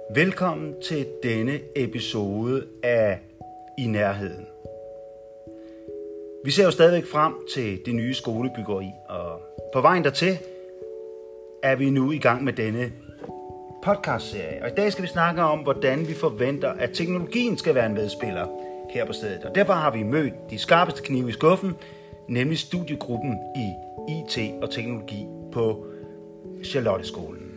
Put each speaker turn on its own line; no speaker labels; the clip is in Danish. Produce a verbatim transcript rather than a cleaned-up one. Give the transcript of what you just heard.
Velkommen til denne episode af I Nærheden. Vi ser jo stadigvæk frem til det nye skolebyggeri, og på vejen dertil er vi nu i gang med denne podcastserie. Og i dag skal vi snakke om, hvordan vi forventer, at teknologien skal være en medspiller her på stedet. Og derfor har vi mødt de skarpeste knive i skuffen, nemlig studiegruppen i I T og teknologi på Charlotteskolen.